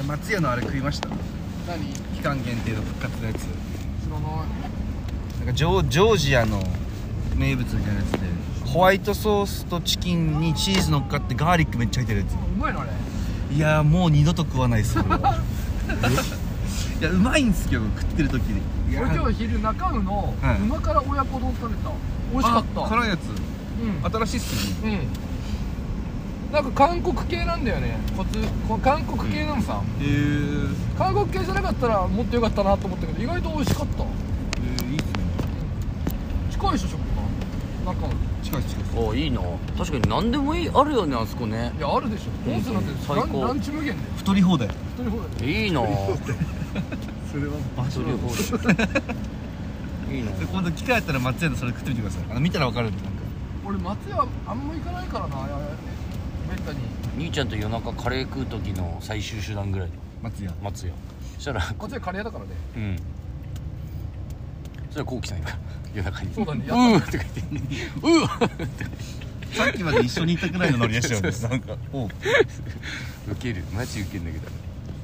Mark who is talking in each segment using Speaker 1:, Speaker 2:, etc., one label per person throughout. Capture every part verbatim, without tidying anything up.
Speaker 1: 松屋のあれ食いました。
Speaker 2: 何？
Speaker 1: 期間限定の復活のやつ。
Speaker 2: 知らない。
Speaker 1: なんかジョー、ジョージアの名物みたいなやつで、ホワイトソースとチキンにチーズ乗っかってガーリックめっちゃ入ってるやつ。
Speaker 2: うまいのあれ。
Speaker 1: いやーもう二度と食わないっすよ。いやうまいんですけど食ってる時に。
Speaker 2: 俺今日昼中尾の
Speaker 1: はいう
Speaker 2: ま辛親子丼食べた。美味しかった。
Speaker 1: 辛いやつ。
Speaker 2: うん
Speaker 1: 新しいっすよね。
Speaker 2: うん。なんか韓国系なんだよね。こつこ韓国系なのさ。
Speaker 1: へー
Speaker 2: 韓国系じゃなかったらもっと良かったなと思ったけど意外と美味しかった。
Speaker 1: えー、いいっすね。
Speaker 2: 近いでしょ食が。中尾。
Speaker 1: 近いっす近いっす。
Speaker 3: ああいいな。確かに何でもいいあるよねあそこね。
Speaker 2: いやあるでしょ。コースなんて
Speaker 3: 最高
Speaker 2: ランランチ無限で。
Speaker 1: 太り放題。
Speaker 2: 一人放題。
Speaker 3: いいな。
Speaker 1: それは場
Speaker 3: それほどいいな。
Speaker 1: 今度機会あったら松屋でそれ食ってみてください。あの見たら分かるんで。なんか
Speaker 2: 俺松屋あんま行かないからな。めったに。
Speaker 3: 兄ちゃんと夜中カレー食う時の最終手段ぐらいで
Speaker 1: 松屋
Speaker 3: 松屋そしたら
Speaker 2: 松屋カレーだからね。
Speaker 3: うんそしたらこう来たんやから夜中に
Speaker 2: そうだね
Speaker 3: うーって書いてうー
Speaker 1: さっきまで一緒にいたくらいのノリでしたよね。なんかおう
Speaker 3: ウケるマジウケるんだけど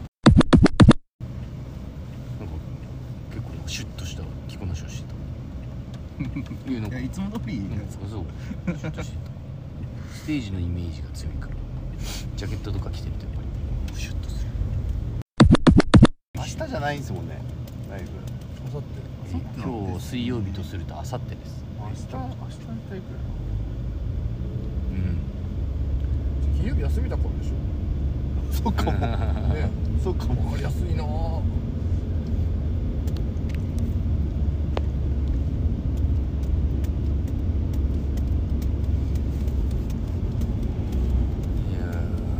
Speaker 3: なんか結構シュッとした着こなしをしてたいやなんか
Speaker 1: いやいつも通り
Speaker 3: うんそうシュッとしてたステージのイメージが強いからジャケットとか着てるとやっぱりシュッとする
Speaker 4: 明日じゃないんですもんねライブ。
Speaker 2: あさって。
Speaker 3: 今日水曜日とすると明後日です
Speaker 2: 明日明日に体育
Speaker 3: うん
Speaker 2: 金曜日休みだからでしょ。
Speaker 4: そうかも
Speaker 2: ね。
Speaker 4: そうかも。
Speaker 2: わかりやすいなぁ。
Speaker 3: いや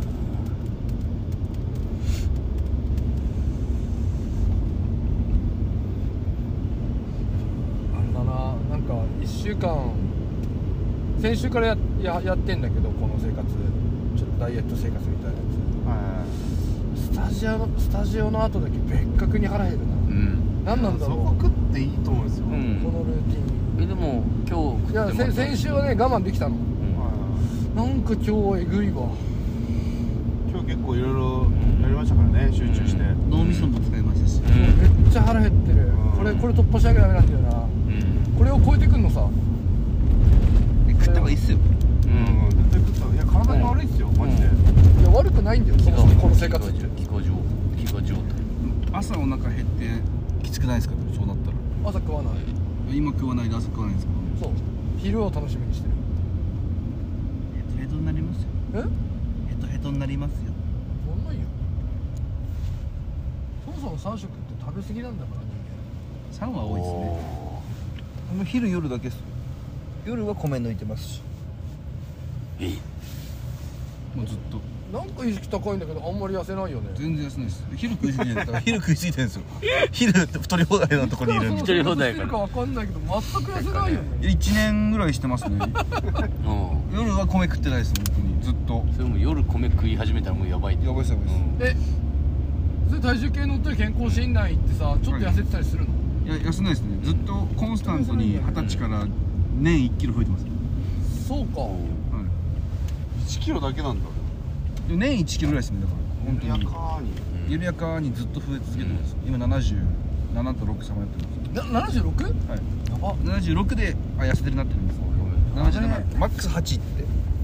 Speaker 2: あれだな、なんかいっしゅうかん先週からや や, やってんだけどこの生活ちょっとダイエット生活みたいなやつスタジオのスタジオの後だけ別格に腹減るな。
Speaker 3: うん
Speaker 2: 何なんだろう
Speaker 4: そこ食っていいと思うんですよ。
Speaker 3: う
Speaker 2: この
Speaker 3: ん
Speaker 2: ルーティン。
Speaker 3: えでも今日
Speaker 2: いやせ先週はね我慢できたの。
Speaker 3: うん
Speaker 2: なんか今日はえぐいわ。
Speaker 4: 今日結構いろいろやりましたからね、集中して。
Speaker 1: 脳みそも使いましたし。
Speaker 2: めっちゃ腹減ってる。
Speaker 4: うん
Speaker 2: これこれ突破しなきゃダメなんだよな。
Speaker 3: うん
Speaker 2: これを超えてくんのさ。
Speaker 1: 食った方がいいっすよ。
Speaker 4: うん、絶対食った。いや、体に悪いっすよ、マジで。
Speaker 2: いや悪くないんだよそもそもこの生活って。
Speaker 3: 気化状気化状態
Speaker 1: 朝お腹減ってきつくないですか？そうなったら。
Speaker 2: 朝食わない。
Speaker 1: 今食わないで朝食わないんですか？
Speaker 2: そう昼を楽しみにしてる。
Speaker 1: ヘトヘトになりますよ。
Speaker 2: え
Speaker 1: ヘトヘトになりますよ。
Speaker 2: そんなんよ。そもそもさん食って食べ過ぎなんだから人
Speaker 1: さんは多いですね。もう昼夜だけっすよ。夜は米抜いてますし。
Speaker 3: え
Speaker 1: もうずっと。
Speaker 2: 間。なんか意識高いんだけどあんまり痩せないよね。
Speaker 1: 全然痩せないです。昼食いすぎてるから昼食いすぎてるんですよ。昼太り放題なとこにいるんで。
Speaker 3: 一人放題やから
Speaker 2: かわかんないけど全く痩せないよね。
Speaker 1: いちねんぐらいしてますね。
Speaker 3: うん
Speaker 1: 夜は米食ってないです本当にずっと。
Speaker 3: それも夜米食い始めたらもうやばいね
Speaker 1: やばいっすやばいっす。
Speaker 2: えそれ体重計乗ってる健康診断行ってさちょっと痩せてたりするの？
Speaker 1: いや痩せないですね。ずっとコンスタントにはたちから年いっキロ増えてます。
Speaker 2: そうか。
Speaker 1: はい
Speaker 4: ちキロだけなんだ。
Speaker 1: い。年いちキロぐらいですねだから本当に。
Speaker 4: 緩やかに。
Speaker 1: 緩やかにずっと増え続けてます。今ななじゅうななとろくさまやってます。
Speaker 2: な ななじゅうろく？
Speaker 1: はい。
Speaker 2: やば。
Speaker 1: ななじゅうろくであ痩せてるなってるんです。ななじゅうななマックスはちって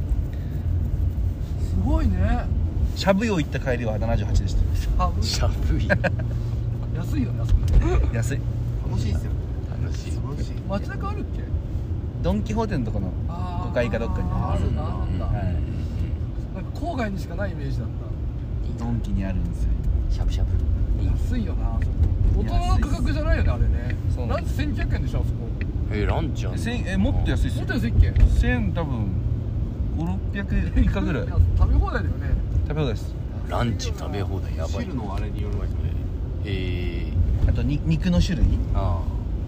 Speaker 2: すごいね。
Speaker 1: しゃぶ用行った帰りはななじゅうはちでした。
Speaker 2: あ
Speaker 3: しゃぶい
Speaker 2: 安いよねあそこ。
Speaker 1: 安い。
Speaker 4: 楽しいっすよね。
Speaker 3: 楽しい
Speaker 4: 素晴らしい。
Speaker 2: 街中あるっけ？
Speaker 1: ドン・キホーテのとこの
Speaker 2: あー
Speaker 1: ごかいかどっかに
Speaker 2: あるなあんだ。
Speaker 1: はい
Speaker 2: なんか郊外にしかないイメージだっ
Speaker 1: ドンキにあるんですよ。
Speaker 3: しゃぶしゃぶいい
Speaker 2: た。安いよなあそこ。大人の価格じゃないよねあれね。
Speaker 1: そうなん
Speaker 2: ランチせんきゅうひゃくえんでしょあそこ。
Speaker 3: えランチあんの
Speaker 1: せんえもっと安いっすよ
Speaker 2: もっと。安いっけ？い
Speaker 1: 千多分ごろっぴゃく以下ぐらい
Speaker 2: や食べ放題だよね。
Speaker 1: 食べ放題です。
Speaker 3: ランチ食べ放題やばい
Speaker 4: 汁のあれによるわけね。
Speaker 3: え
Speaker 1: あとに肉の種類。
Speaker 3: ー、あ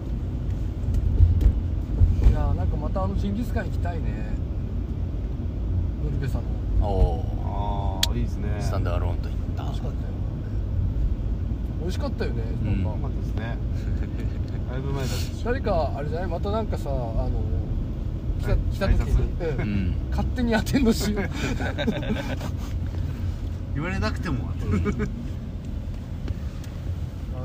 Speaker 2: いやなんかまたあのジンギスカン行きたいね。ノルベさんの。
Speaker 3: あお
Speaker 4: ああ、いいですね。
Speaker 3: ースタンドアローンと行った
Speaker 2: 美味しかったよ。美味しかったよね。なんか、
Speaker 4: よかったですね。だいぶ前だし。
Speaker 2: 誰かあれじゃないまたなんかさあの来た来た時に、
Speaker 4: 挨
Speaker 2: うん
Speaker 3: うん
Speaker 2: 勝手にアテンドしよう。
Speaker 4: 言われなくても。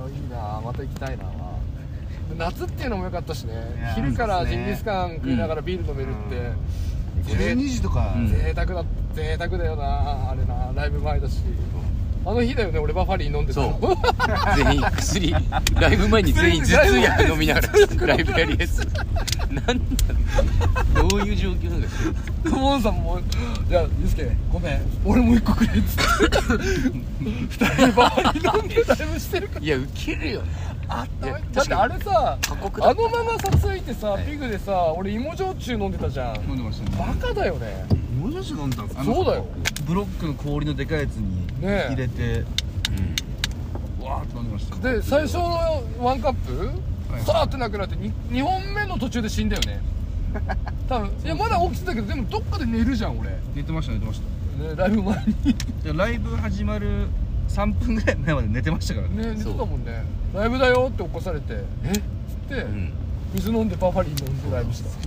Speaker 2: いいな、また行きたいな。夏っていうのも良かったしね
Speaker 4: いや。
Speaker 2: 昼からジンギスカン
Speaker 3: ね
Speaker 2: 食いながらビール飲めるって、
Speaker 4: じゅうにじとか、
Speaker 3: うん
Speaker 2: 贅沢だ、贅沢だよなあれな。ライブ前だし、あの日だよね、俺バファリー飲んでたの。
Speaker 3: そう全員薬ライブ前に全員頭痛薬飲みながらライブやるやつなんだどういう状況なんだよ。
Speaker 2: モンさんも「じゃあユースケごめん俺も一個くれ」っつって二人でバファリー飲んでライブしてるから。
Speaker 3: いやウケるよね。
Speaker 2: あった
Speaker 3: いや
Speaker 2: だってあれさ、
Speaker 3: 過酷だった
Speaker 2: あのままさついてさ、
Speaker 3: はい
Speaker 2: ピグでさ、俺芋焼酎飲んでたじゃん。
Speaker 1: 飲んでましたね。
Speaker 2: バカだよね。
Speaker 4: もうちょっと飲んだんですか。
Speaker 2: そうだよ。
Speaker 1: ブロックの氷のでかいやつに
Speaker 2: ねえ
Speaker 1: 入れて、
Speaker 3: うん
Speaker 1: わーっと飲んでました。
Speaker 2: で最初のワンカップ
Speaker 1: はい
Speaker 2: さーってなくなってににほんめの途中で死んだよね。多分いやまだ起きてたけど、でもどっかで寝るじゃん俺、ね、
Speaker 1: 寝てました寝てました。
Speaker 2: ライブ前に
Speaker 1: でライブ始まるさんぷんぐらい前まで寝てましたからね。
Speaker 2: ね寝てたもんね。ライブだよって起こされてえっつって、
Speaker 3: うん
Speaker 2: 水飲んでバファリー飲んでライブした。す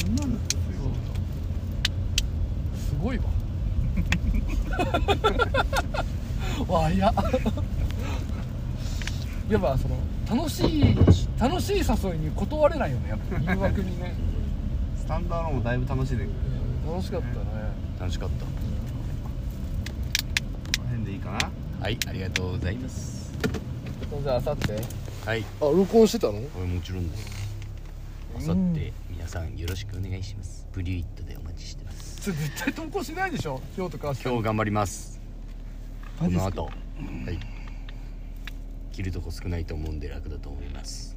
Speaker 2: ごいわわいややっぱその楽しい楽しい誘いに断れないよね、やっぱ誘惑にね。
Speaker 4: スタンダードもだいぶ楽しんでる。
Speaker 2: 楽しかったね。
Speaker 3: 楽しかっ
Speaker 4: この辺でいいかな。
Speaker 3: た。はいありがとうございます。
Speaker 2: じゃああさって
Speaker 3: はい
Speaker 2: あ録音してたの？
Speaker 3: これもちろんです。あさって皆さんよろしくお願いします。ブリューイットでお待ちしてます。
Speaker 2: それ絶対投稿しないでしょ今日とか。
Speaker 3: 今日頑張ります。こ
Speaker 2: マジっすか
Speaker 3: の後はい切るとこ少ないと思うんで楽だと思います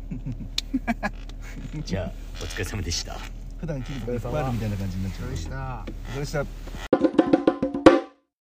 Speaker 3: じゃあお疲れ様でした。
Speaker 1: 普段切るとこいっぱいあるみたいな感じになっちゃう。
Speaker 4: よしな。
Speaker 1: どうした。